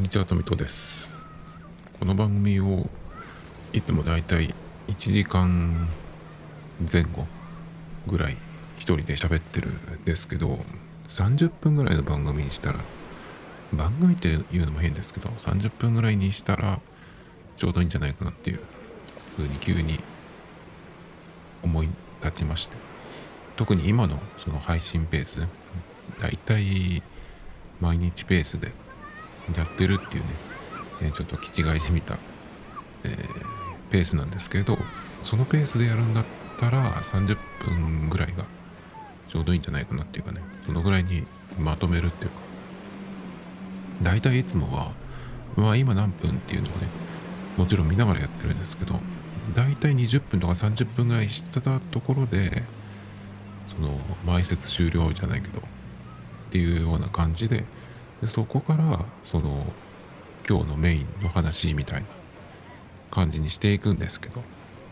にちは、とみとです。この番組をいつもだいたい1時間前後ぐらい一人で喋ってるんですけど、30分ぐらいの番組にしたら、番組っていうのも変ですけど、30分ぐらいにしたらちょうどいいんじゃないかなっていう風に急に思い立ちまして、特に今のその配信ペース、だいたい毎日ペースでやってるっていうね、ちょっと気違いじみた、ペースなんですけど、そのペースでやるんだったら30分ぐらいがちょうどいいんじゃないかなっていうかね、そのぐらいにまとめるっていうか、だいたいいつもは、今何分っていうのをね、もちろん見ながらやってるんですけど、だいたい20分とか30分ぐらいしてたところで、その前説終了じゃないけどっていうような感じでそこからその今日のメインの話みたいな感じにしていくんですけど、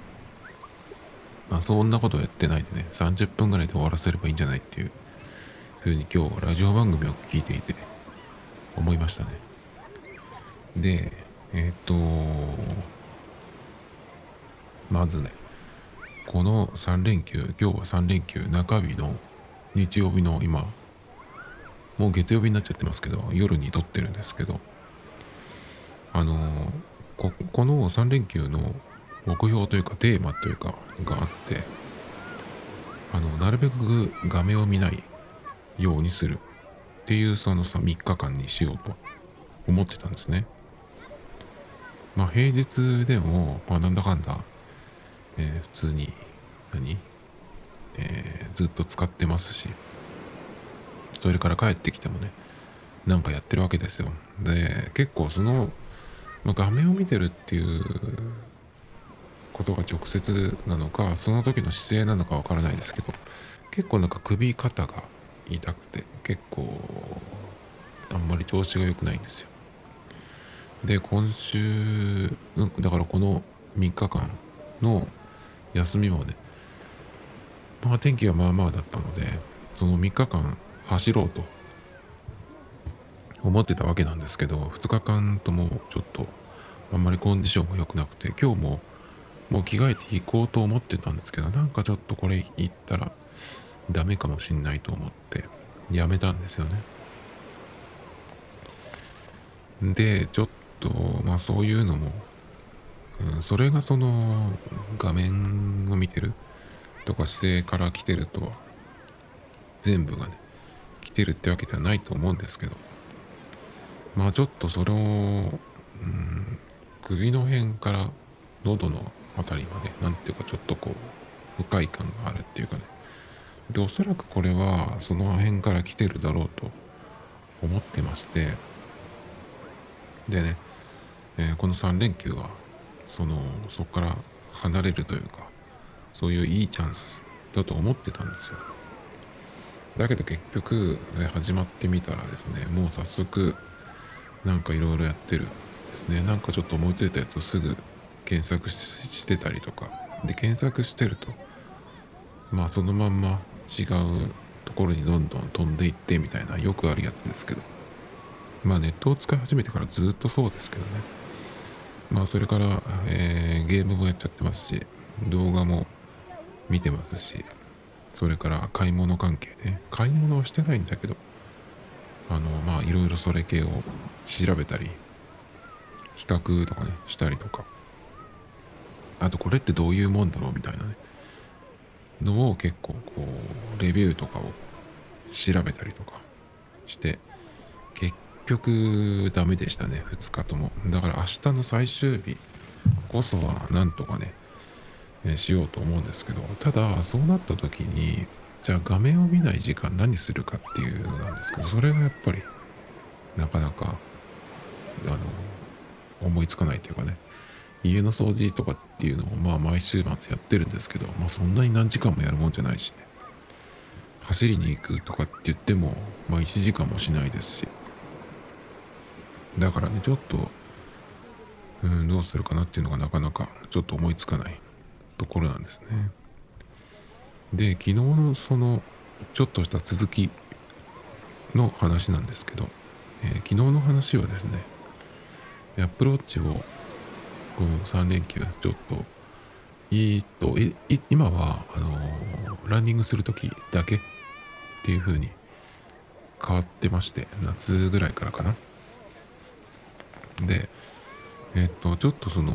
そんなことやってないでね、30分ぐらいで終わらせればいいんじゃないっていう風に今日ラジオ番組を聞いていて思いましたね。で、まずね、この3連休、今日は3連休中日の日曜日の今、もう月曜日になっちゃってますけど、夜に撮ってるんですけど、あのーこの3連休の目標というかテーマというかがあって、なるべく画面を見ないようにするっていうその3日間にしようと思ってたんですね。平日でも、なんだかんだ、普通に、何ずっと使ってますし、それから帰ってきてもね、なんかやってるわけですよ。で、結構その、画面を見てるっていうことが直接なのか、その時の姿勢なのかわからないですけど、結構なんか首肩が痛くて、結構あんまり調子が良くないんですよ。で、今週、だからこの3日間の休みもね、天気がまあまあだったので、その3日間走ろうと思ってたわけなんですけど、2日間ともちょっとあんまりコンディションが良くなくて、今日ももう着替えて行こうと思ってたんですけど、なんかちょっとこれ言ったらダメかもしんないと思ってやめたんですよね。で、ちょっとそういうのも、それがその画面を見てるとか姿勢から来てるとは全部がね来てるってわけではないと思うんですけど、ちょっとそれを、首の辺から喉のあたりまでなんていうかちょっとこう不快感があるっていうかね。で、おそらくこれはその辺から来てるだろうと思ってまして、でね、この3連休はそこから離れるというか、そういういいチャンスだと思ってたんですよ。だけど結局、始まってみたらですね、もう早速なんかいろいろやってるんですね。なんかちょっと思いついたやつをすぐ検索してたりとかで、検索してるとそのまんま違うところにどんどん飛んでいってみたいな、よくあるやつですけど、ネットを使い始めてからずっとそうですけどね。それから、ゲームもやっちゃってますし、動画も見てますし、それから買い物関係ね、買い物はしてないんだけど、いろいろそれ系を調べたり、比較とかね、したりとか、あとこれってどういうもんだろうみたいなね、のを結構こう、レビューとかを調べたりとかして、結局ダメでしたね、2日とも。だから明日の最終日こそはなんとかね、しようと思うんですけど、ただそうなった時に、じゃあ画面を見ない時間何するかっていうのなんですけど、それがやっぱりなかなかあの思いつかないというかね、家の掃除とかっていうのを毎週末やってるんですけど、そんなに何時間もやるもんじゃないしね、走りに行くとかって言っても1時間もしないですし、だからねちょっとどうするかなっていうのがなかなかちょっと思いつかないところなんですね。で、昨日のそのちょっとした続きの話なんですけど、昨日の話はですね、 Apple Watch をこの3連休ちょっと今はランニングする時だけっていう風に変わってまして、夏ぐらいからかな。でちょっとその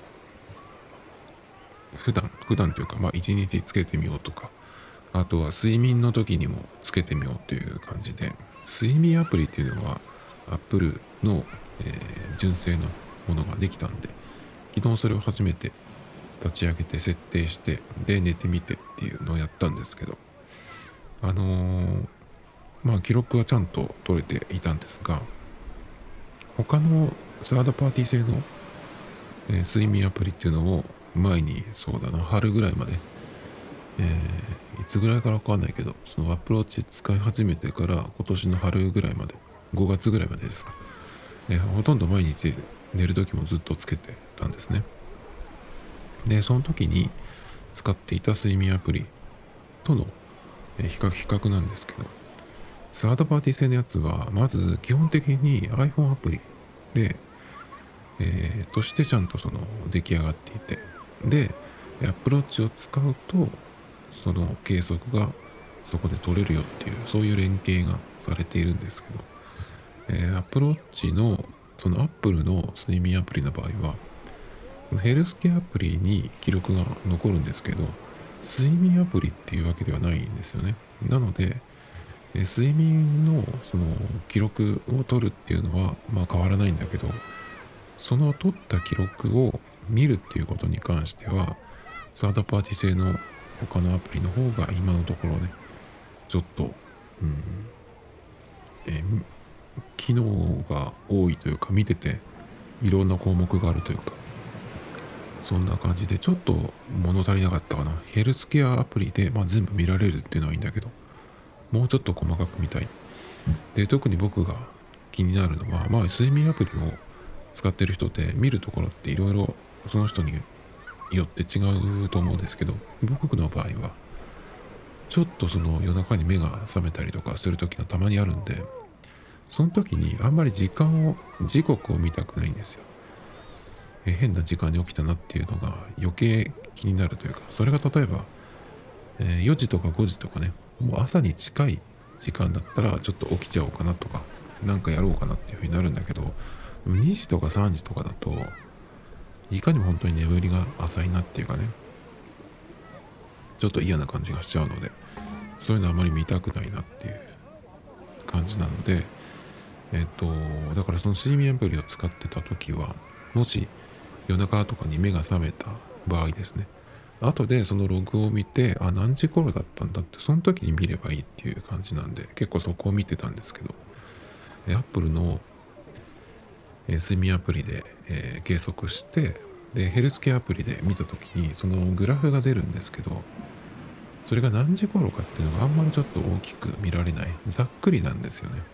普段というか、まあ一日つけてみようとか、あとは睡眠の時にもつけてみようという感じで、睡眠アプリっていうのは Apple の、純正のものができたんで、昨日それを初めて立ち上げて設定して、で寝てみてっていうのをやったんですけど、あのーまあ記録はちゃんと取れていたんですが、他のサードパーティー製の、睡眠アプリっていうのを前にそうだな春ぐらいまで、いつぐらいからわかんないけど、そのアプローチ使い始めてから今年の春ぐらいまで、5月ぐらいまでですか、ほとんど毎日寝る時もずっとつけてたんですね。でその時に使っていた睡眠アプリとの比較なんですけど、サードパーティー製のやつはまず基本的に iPhone アプリで、としてちゃんとその出来上がっていて、で Apple Watch を使うとその計測がそこで取れるよっていう、そういう連携がされているんですけど、Apple Watch のその Apple の睡眠アプリの場合は、そのヘルスケアアプリに記録が残るんですけど、睡眠アプリっていうわけではないんですよね。なので、睡眠のその記録を取るっていうのはまあ変わらないんだけど、その取った記録を見るっていうことに関しては、サードパーティー製の他のアプリの方が今のところね、ちょっと、うん、えー機能が多いというか、見てていろんな項目があるというか、そんな感じでちょっと物足りなかったかな。ヘルスケアアプリで、まあ、全部見られるっていうのはいいんだけど、もうちょっと細かく見たい。で、特に僕が気になるのは、まあ、睡眠アプリを使ってる人で見るところっていろいろその人によって違うと思うんですけど、僕の場合はちょっとその夜中に目が覚めたりとかする時がたまにあるんで、その時にあんまり時刻を見たくないんですよ。変な時間に起きたなっていうのが余計気になるというか、それが例えば、4時とか5時とかね、もう朝に近い時間だったらちょっと起きちゃおうかなとか、なんかやろうかなっていうふうになるんだけど、2時とか3時とかだと、いかにも本当に眠りが浅いなっていうかね、ちょっと嫌な感じがしちゃうので、そういうのあまり見たくないなっていう感じなので、だからその睡眠アプリを使ってた時は、もし夜中とかに目が覚めた場合ですね、後でそのログを見て、あ、何時頃だったんだって、その時に見ればいいっていう感じなんで、結構そこを見てたんですけど、Apple の睡眠アプリで、計測して、で、ヘルスケアアプリで見た時に、そのグラフが出るんですけど、それが何時頃かっていうのがあんまりちょっと大きく見られない。ざっくりなんですよね。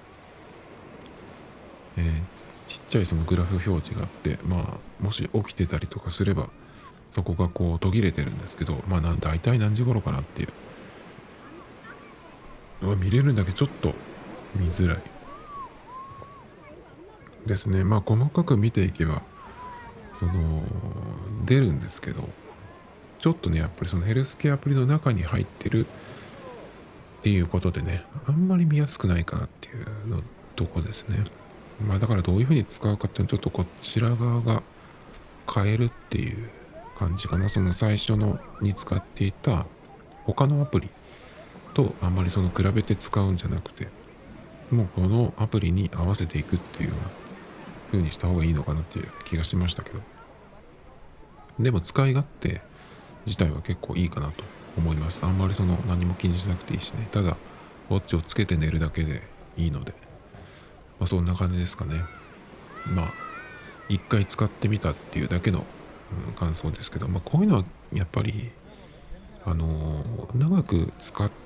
ちっちゃいそのグラフ表示があって、まあ、もし起きてたりとかすれば、そこがこう途切れてるんですけど、まあ大体何時頃かなっていうのは見れるんだけど、ちょっと見づらいですね。まあ細かく見ていけば、その、出るんですけど、ちょっとね、やっぱりそのヘルスケアアプリの中に入ってるっていうことでね、あんまり見やすくないかなっていうのとこですね。まあだからどういうふうに使うかっていうのはちょっとこちら側が変えるっていう感じかな。その最初のに使っていた他のアプリとあんまりその比べて使うんじゃなくて、もうこのアプリに合わせていくっていうような風にした方がいいのかなっていう気がしましたけど。でも使い勝手自体は結構いいかなと思います。あんまりその何も気にしなくていいしね。ただ、ウォッチをつけて寝るだけでいいので、まあそんな感じですかね。まあ、一回使ってみたっていうだけの、感想ですけど、まあこういうのはやっぱり、長く使って、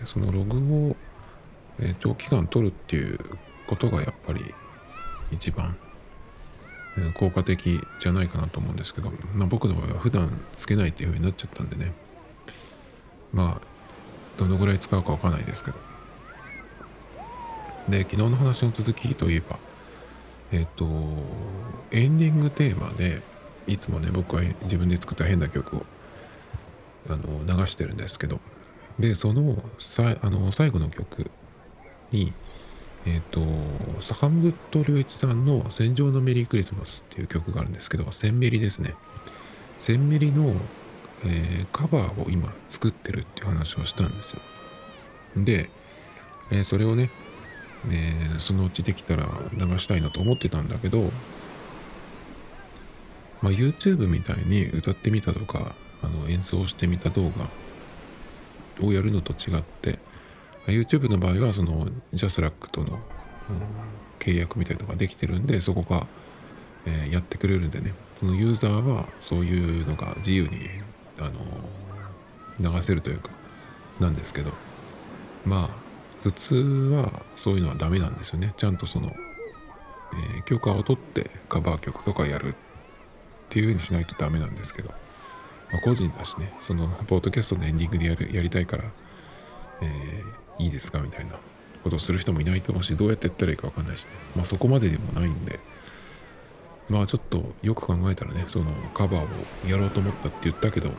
そのログを、長期間取るっていうことがやっぱり一番、効果的じゃないかなと思うんですけど、まあ僕の場合は普段つけないっていう風になっちゃったんでね、まあ、どのぐらい使うかわかんないですけど。で、昨日の話の続きといえば、 えっとエンディングテーマでいつもね僕は自分で作った変な曲を流してるんですけど、でその最後の曲に坂本龍一さんの「戦場のメリークリスマス」っていう曲があるんですけど、センメリですね。センメリの、カバーを今作ってるっていう話をしたんですよ。で、それをね、そのうちできたら流したいなと思ってたんだけど、YouTube みたいに歌ってみたとか演奏してみた動画をやるのと違って、YouTube の場合はそのジャスラックとの、契約みたいなのができてるんで、そこが、やってくれるんでね、そのユーザーはそういうのが自由にあの流せるというかなんですけど、普通はそういうのはダメなんですよね。ちゃんとその、許可を取ってカバー曲とかやるっていう風にしないとダメなんですけど、個人だしね、そのポッドキャストのエンディングでやりたいから、いいですかみたいなことをする人もいないと思うし、どうやってやったらいいか分かんないしね、そこまででもないんで、ちょっとよく考えたらね、そのカバーをやろうと思ったって言ったけど、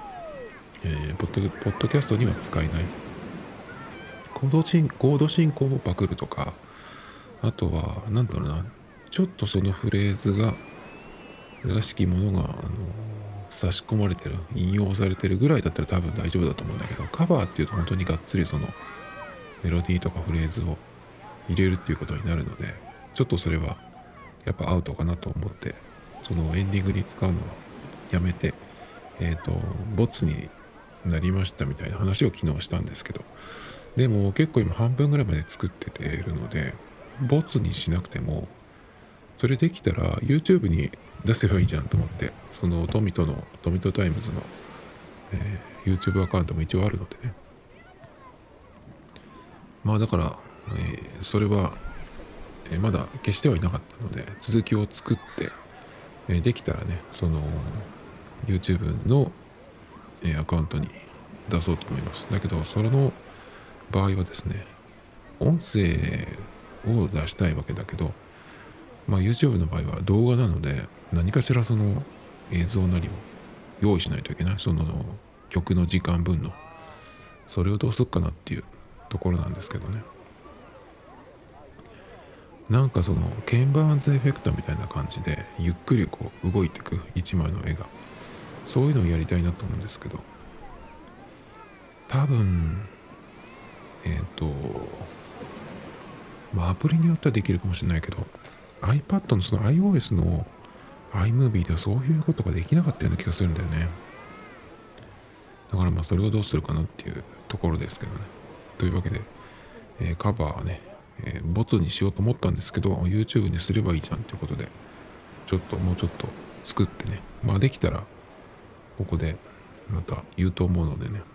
ポッドキャストには使えない。コード進行をパクるとか、あとはなんだろうな、ちょっとそのフレーズがらしきものが差し込まれてる、引用されてるぐらいだったら多分大丈夫だと思うんだけど、カバーっていうと本当にがっつりそのメロディーとかフレーズを入れるっていうことになるので、ちょっとそれはやっぱアウトかなと思って、そのエンディングに使うのはやめて、ボツになりましたみたいな話を昨日したんですけど、でも結構今半分ぐらいまで作っててるので、ボツにしなくてもそれできたら YouTube に出せばいいじゃんと思って、そのトミトタイムズの、YouTube アカウントも一応あるのでね、だから、それは、まだ消してはいなかったので続きを作って、できたらねその YouTube の、アカウントに出そうと思います。だけどその場合はですね、音声を出したいわけだけど、YouTube の場合は動画なので何かしらその映像なりを用意しないといけない。その曲の時間分のそれをどうするかなっていうところなんですけどね。なんかその鍵盤ズエフェクトみたいな感じでゆっくりこう動いていく一枚の絵が、そういうのをやりたいなと思うんですけど、多分えっ、とアプリによってはできるかもしれないけど、 iPad のその iOS の iMovie ではそういうことができなかったような気がするんだよね。だからそれをどうするかなっていうところですけどね。というわけで、カバーはね、ボツにしようと思ったんですけど YouTube にすればいいじゃんということで、もうちょっと作ってね、できたらここでまた言うと思うのでね、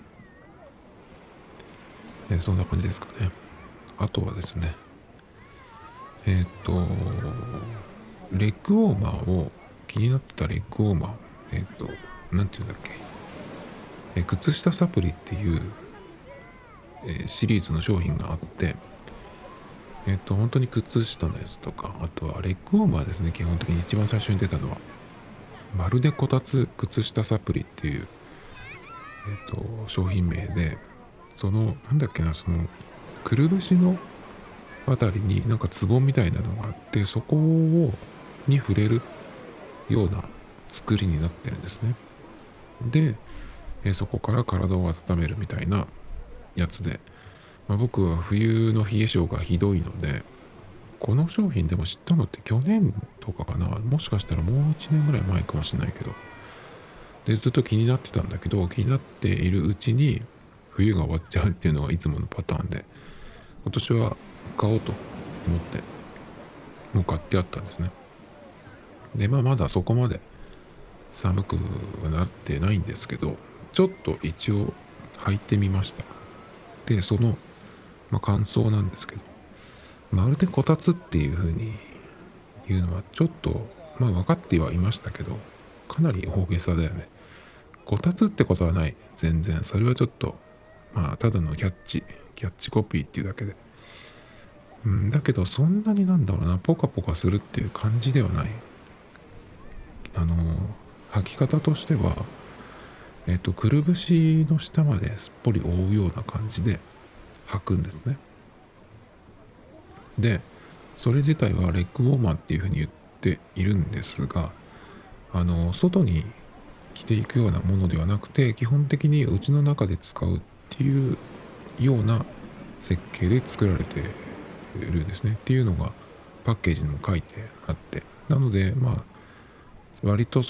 そんな感じですかね。あとはですね、えっ、とレッグウォーマーを、気になってたレッグウォーマー、なんていうんだっけ、靴下サプリっていう、シリーズの商品があって、本当に靴下のやつとか、あとはレッグウォーマーですね。基本的に一番最初に出たのはまるでこたつ靴下サプリっていう、商品名で、そのなんだっけな、そのくるぶしのあたりになんかツボみたいなのがあって、そこに触れるような作りになってるんですね。で、そこから体を温めるみたいなやつで、僕は冬の冷え性がひどいので、この商品でも知ったのって去年とかかな、もしかしたらもう1年ぐらい前かもしれないけど、でずっと気になってたんだけど、気になっているうちに冬が終わっちゃうっていうのがいつものパターンで、今年は買おうと思ってもう買ってあったんですね。でまだそこまで寒くはなってないんですけど、ちょっと一応履いてみました。でその、感想なんですけど、まるでこたつっていう風に言うのはちょっと分かってはいましたけど、かなり大げさだよね。こたつってことはない、全然。それはちょっとただのキャッチコピーっていうだけで、 だけどそんなになんだろうな、ポカポカするっていう感じではない。あの履き方としては、くるぶしの下まですっぽり覆うような感じで履くんですね。で、それ自体はレッグウォーマーっていうふうに言っているんですが、外に着ていくようなものではなくて、基本的に家の中で使うっていうような設計で作られているんですね。っていうのがパッケージにも書いてあって。なので、まあ、割と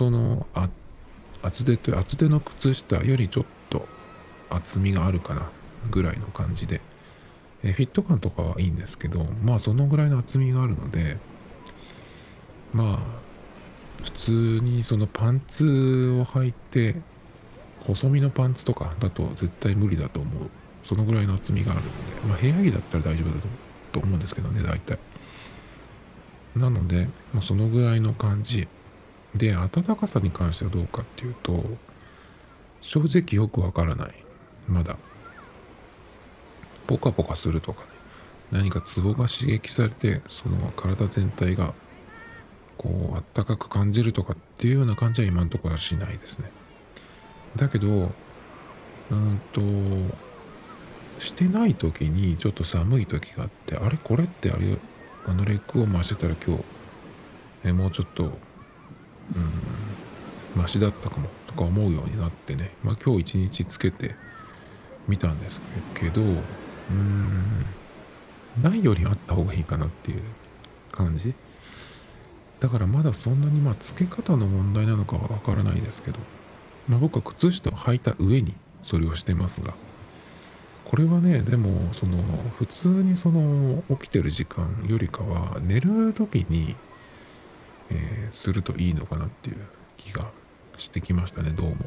厚手の靴下よりちょっと厚みがあるかなぐらいの感じで、フィット感とかはいいんですけど、まあそのぐらいの厚みがあるので、まあ普通にそのパンツを履いて、細身のパンツとかだと絶対無理だと思う。そのぐらいの厚みがあるので、まあ部屋着だったら大丈夫だと思うんですけどね、大体。なので、まあ、そのぐらいの感じで、暖かさに関してはどうかっていうと、正直よくわからない。まだ。ポカポカするとかね、何かツボが刺激されて、その体全体がこう、暖かく感じるとかっていうような感じは今のところはしないですね。だけど、と、してない時にちょっと寒い時があって、あれこれってレッグを回してたら今日、もうちょっと、マシだったかもとか思うようになってね、まあ今日一日つけてみたんですけど、ないよりあった方がいいかなっていう感じ。だからまだそんなにつけ方の問題なのかはわからないですけど、まあ僕は靴下を履いた上にそれをしてますが、これはね、でも、普通に起きてる時間よりかは、寝る時に、するといいのかなっていう気がしてきましたね、どうも。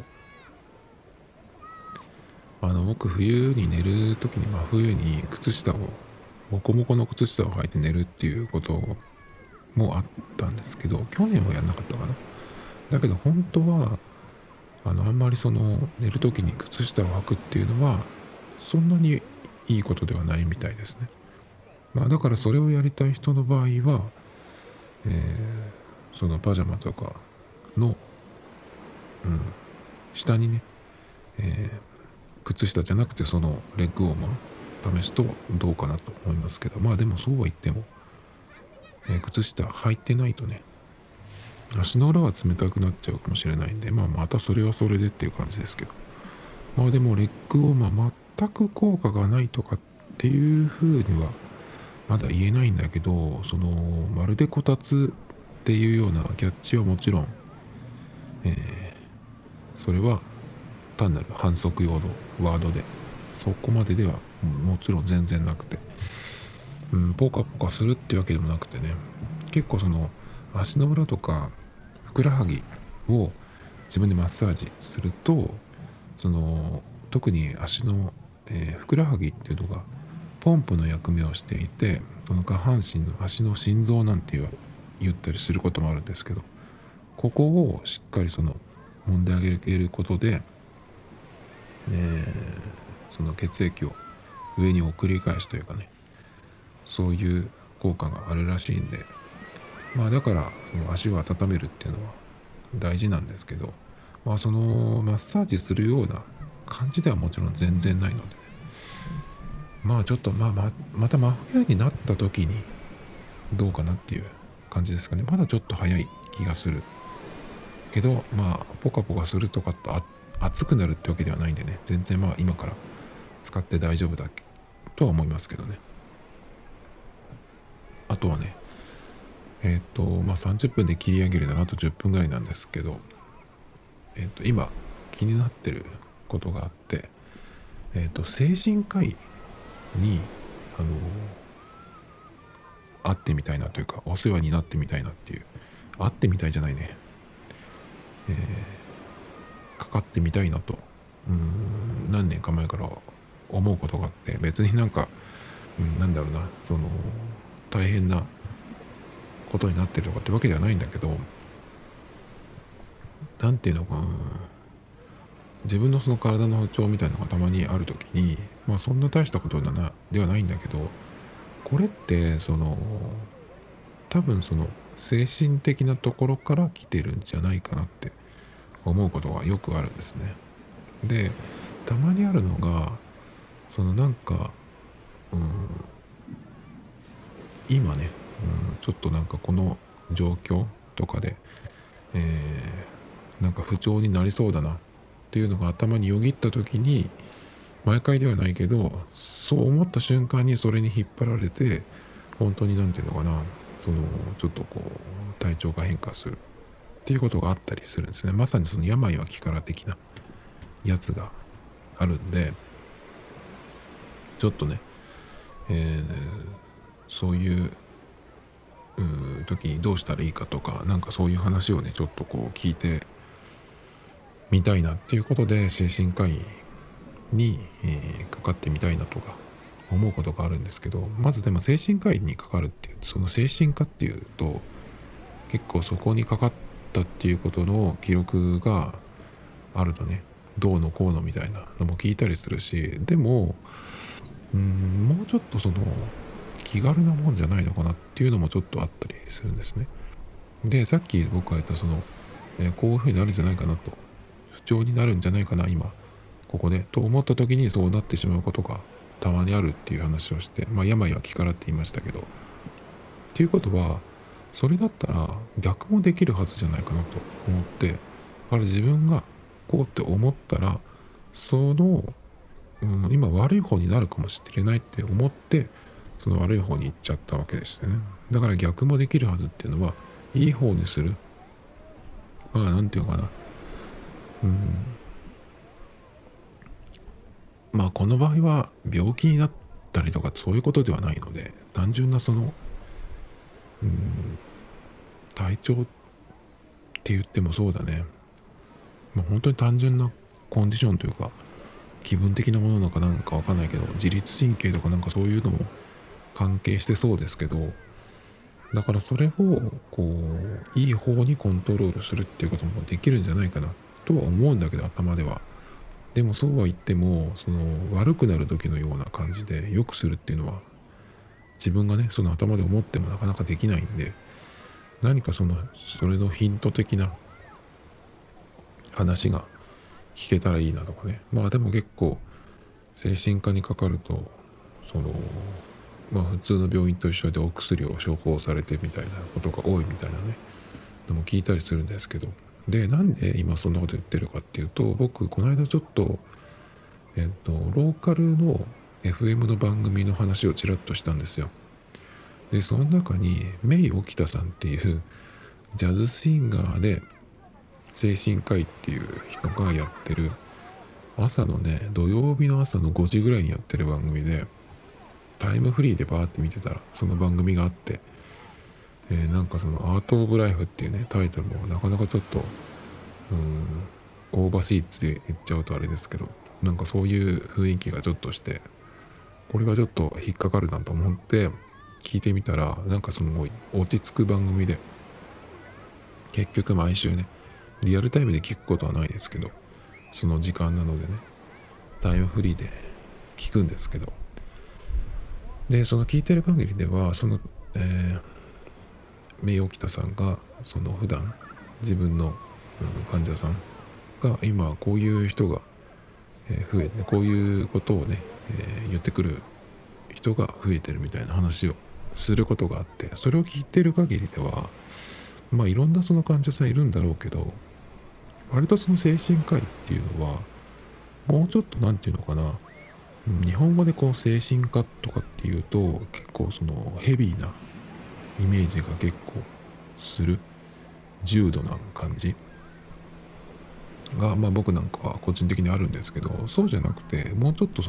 僕、冬に寝る時に、冬にモコモコの靴下を履いて寝るっていうこともあったんですけど、去年はやんなかったかな。だけど、本当は、あんまり寝る時に靴下を履くっていうのは、そんなにいいことではないみたいですね。だからそれをやりたい人の場合は、そのパジャマとかの、下にね、靴下じゃなくてそのレッグウォーマー試すとどうかなと思いますけど、でもそうは言っても、靴下履いてないとね、足の裏は冷たくなっちゃうかもしれないんで、またそれはそれでっていう感じですけど、でもレッグウォーマー全く効果がないとかっていう風にはまだ言えないんだけど、まるでこたつっていうようなキャッチはもちろん、それは単なる反則用のワードで、そこまでではもちろん全然なくて、ポカポカするってわけでもなくてね、結構足の裏とかふくらはぎを自分でマッサージすると、特に足の、ふくらはぎっていうのがポンプの役目をしていて、その下半身の足の心臓なんて言ったりすることもあるんですけど、ここをしっかり揉んであげることで、その血液を上に送り返すというかね、そういう効果があるらしいんで、だからその足を温めるっていうのは大事なんですけど、そのマッサージするような感じではもちろん全然ないので、ちょっとまた真冬になった時にどうかなっていう感じですかね。まだちょっと早い気がするけど、ポカポカするとかって暑くなるってわけではないんでね、全然今から使って大丈夫だとは思いますけどね。あとはね、30分で切り上げるならあと10分ぐらいなんですけど、今気になってることがあって、精神科医に会ってみたいなというか、お世話になってみたいなっていう、会ってみたいじゃないね、かかってみたいなと、何年か前から思うことがあって、別になんか、なんだろうな、大変なことになってるとかってわけではないんだけど、なんていうのかな、自分の体の不調みたいなのがたまにある時に、そんな大したことではないんだけど、 これって多分精神的なところから来てるんじゃないかなって思うことがよくあるんですね。で、たまにあるのが、なんか、うん、今ね、ちょっとなんかこの状況とかで、なんか不調になりそうだなっていうのが頭によぎった時に、毎回ではないけど、そう思った瞬間にそれに引っ張られて、本当になんていうのかな、ちょっと体調が変化するっていうことがあったりするんですね。まさに病は気から的なやつがあるんで、ちょっとね、えーそういう時にどうしたらいいかとか、なんかそういう話をね、ちょっと聞いてみたいなっていうことで、精神科医に、かかってみたいなとか思うことがあるんですけど、まずでも精神科医にかかるっていう、その精神科っていうと、結構そこにかかったっていうことの記録があるとね、どうのこうのみたいなのも聞いたりするし、でももうちょっと気軽なもんじゃないのかなっていうのもちょっとあったりするんですね。で、さっき僕が言ったこういう風になるんじゃないかなと、不調になるんじゃないかな今ここでと思った時にそうなってしまうことがたまにあるっていう話をして、まあ病は気からって言いましたけど、っていうことはそれだったら逆もできるはずじゃないかなと思って、自分がこうって思ったら今悪い方になるかもしれないって思ってその悪い方に行っちゃったわけでしたね。だから逆もできるはずっていうのは、いい方にする、なんていうのかな、うんこの場合は病気になったりとかそういうことではないので、単純な体調って言ってもそうだね、本当に単純なコンディションというか気分的なものなのかなんかわかんないけど、自律神経とかなんかそういうのも関係してそうですけど、だからそれをいい方にコントロールするっていうこともできるんじゃないかなとは思うんだけど、頭では。でもそうは言っても悪くなる時のような感じで良くするっていうのは、自分がねその頭で思ってもなかなかできないんで、何かそれのヒント的な話が聞けたらいいなとかね。でも結構精神科にかかるとその普通の病院と一緒でお薬を処方されてみたいなことが多いみたいなねのも聞いたりするんですけど、でなんで今そんなこと言ってるかっていうと、僕この間ちょっとローカルの FM の番組の話をちらっとしたんですよ。でその中にメイ沖田さんっていうジャズシンガーで精神科医っていう人がやってる、朝のね土曜日の朝の5時ぐらいにやってる番組で、タイムフリーでバーって見てたらその番組があって、なんかアート・オブ・ライフっていうねタイトルもなかなかちょっと香ばしいって言っちゃうとあれですけど、なんかそういう雰囲気がちょっとして、これがちょっと引っかかるなと思って聞いてみたら、なんか落ち着く番組で、結局毎週ねリアルタイムで聞くことはないですけど、その時間なのでねタイムフリーで聞くんですけど、でその聞いてる限りでは名誉北さんが普段自分の、患者さんが今こういう人が増えて、こういうことをね、言ってくる人が増えてるみたいな話をすることがあって、それを聞いてる限りでは、いろんなその患者さんいるんだろうけど、割とその精神科医っていうのはもうちょっとなんていうのかな、日本語で精神科とかっていうと結構ヘビーなイメージが結構する重度な感じが、僕なんかは個人的にあるんですけど、そうじゃなくてもうちょっと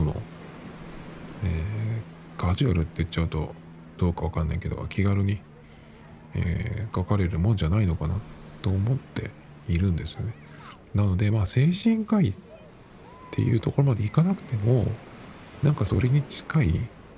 カジュアルって言っちゃうとどうかわかんないけど、気軽に、書かれるもんじゃないのかなと思っているんですよね。なので精神科医っていうところまでいかなくても、なんかそれに近い、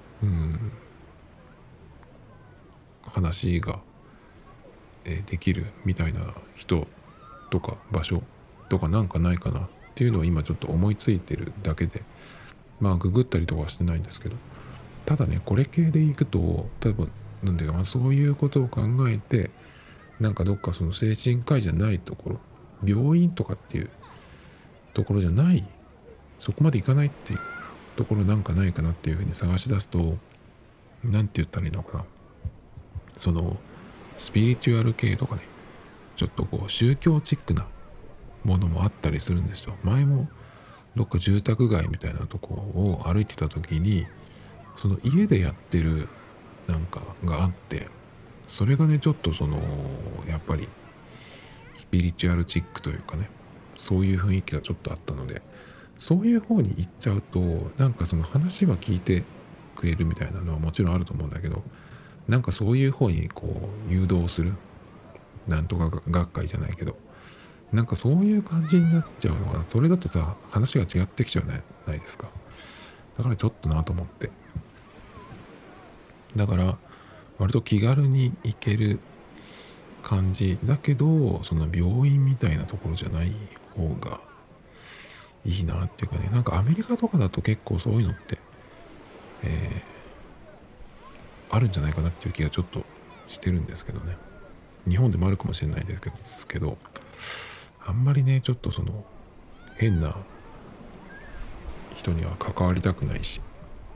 話が、できるみたいな人とか場所とかなんかないかなっていうのを今ちょっと思いついてるだけで、ググったりとかはしてないんですけど、 ただね、これ系でいくと多分なんていうか、そういうことを考えて、なんかどっかその精神科医じゃないところ、病院とかっていうところじゃない、そこまでいかないっていうところなんかないかなっていうふうに探し出すと、なんて言ったらいいのかな、そのスピリチュアル系とかね、ちょっとこう宗教チックなものもあったりするんですよ。前もどっか住宅街みたいなとこを歩いてた時に、その家でやってるなんかがあって、それがねちょっとそのやっぱりスピリチュアルチックというかね、そういう雰囲気がちょっとあったので、そういう方に行っちゃうと、なんかその話は聞いてくれるみたいなのはもちろんあると思うんだけど、なんかそういう方にこう誘導する、なんとか学会じゃないけど、なんかそういう感じになっちゃうのかな。それだとさ、話が違ってきちゃうないですか。だからちょっとなと思って、だから割と気軽に行ける感じだけど、その病院みたいなところじゃない方がいいなっていうかね。なんかアメリカとかだと結構そういうのって、あるんじゃないかなっていう気がちょっとしてるんですけどね。日本でもあるかもしれないですけど、あんまりねちょっとその変な人には関わりたくないし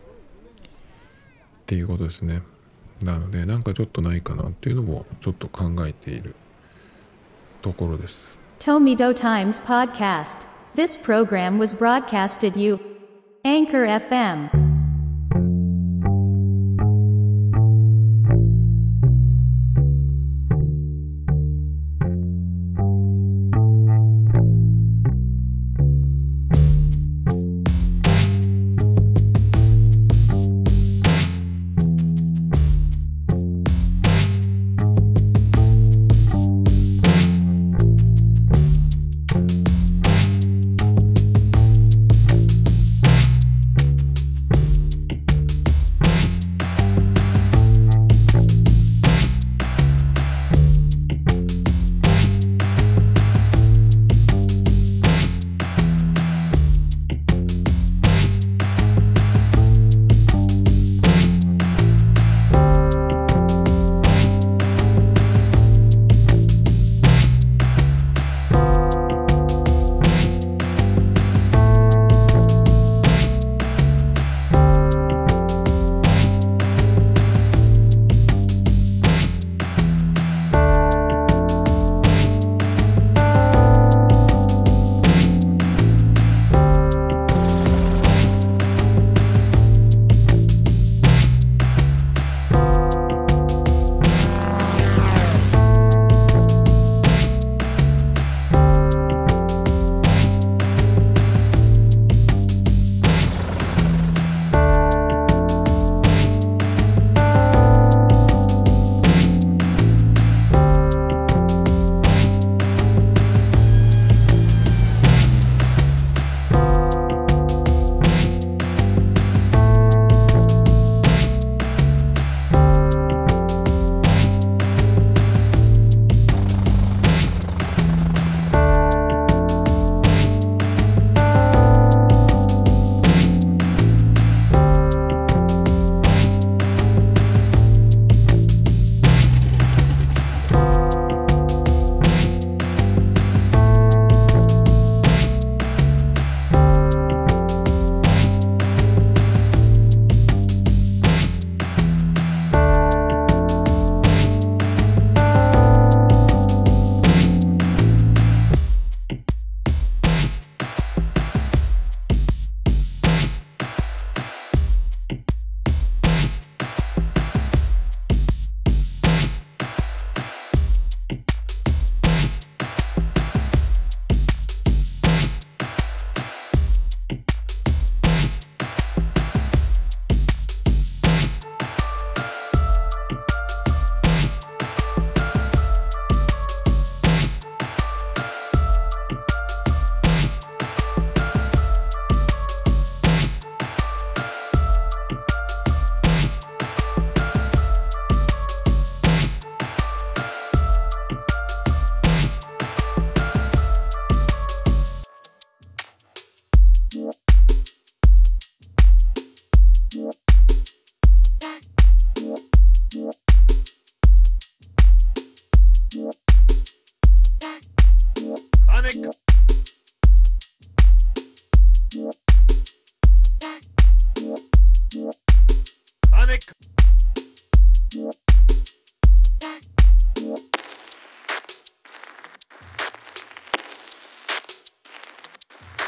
っていうことですね。なのでなんかちょっとないかなっていうのもちょっと考えているところです。 Tomido Times Podcast. This program was broadcasted you Anchor FM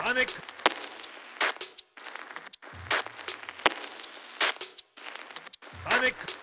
Panic!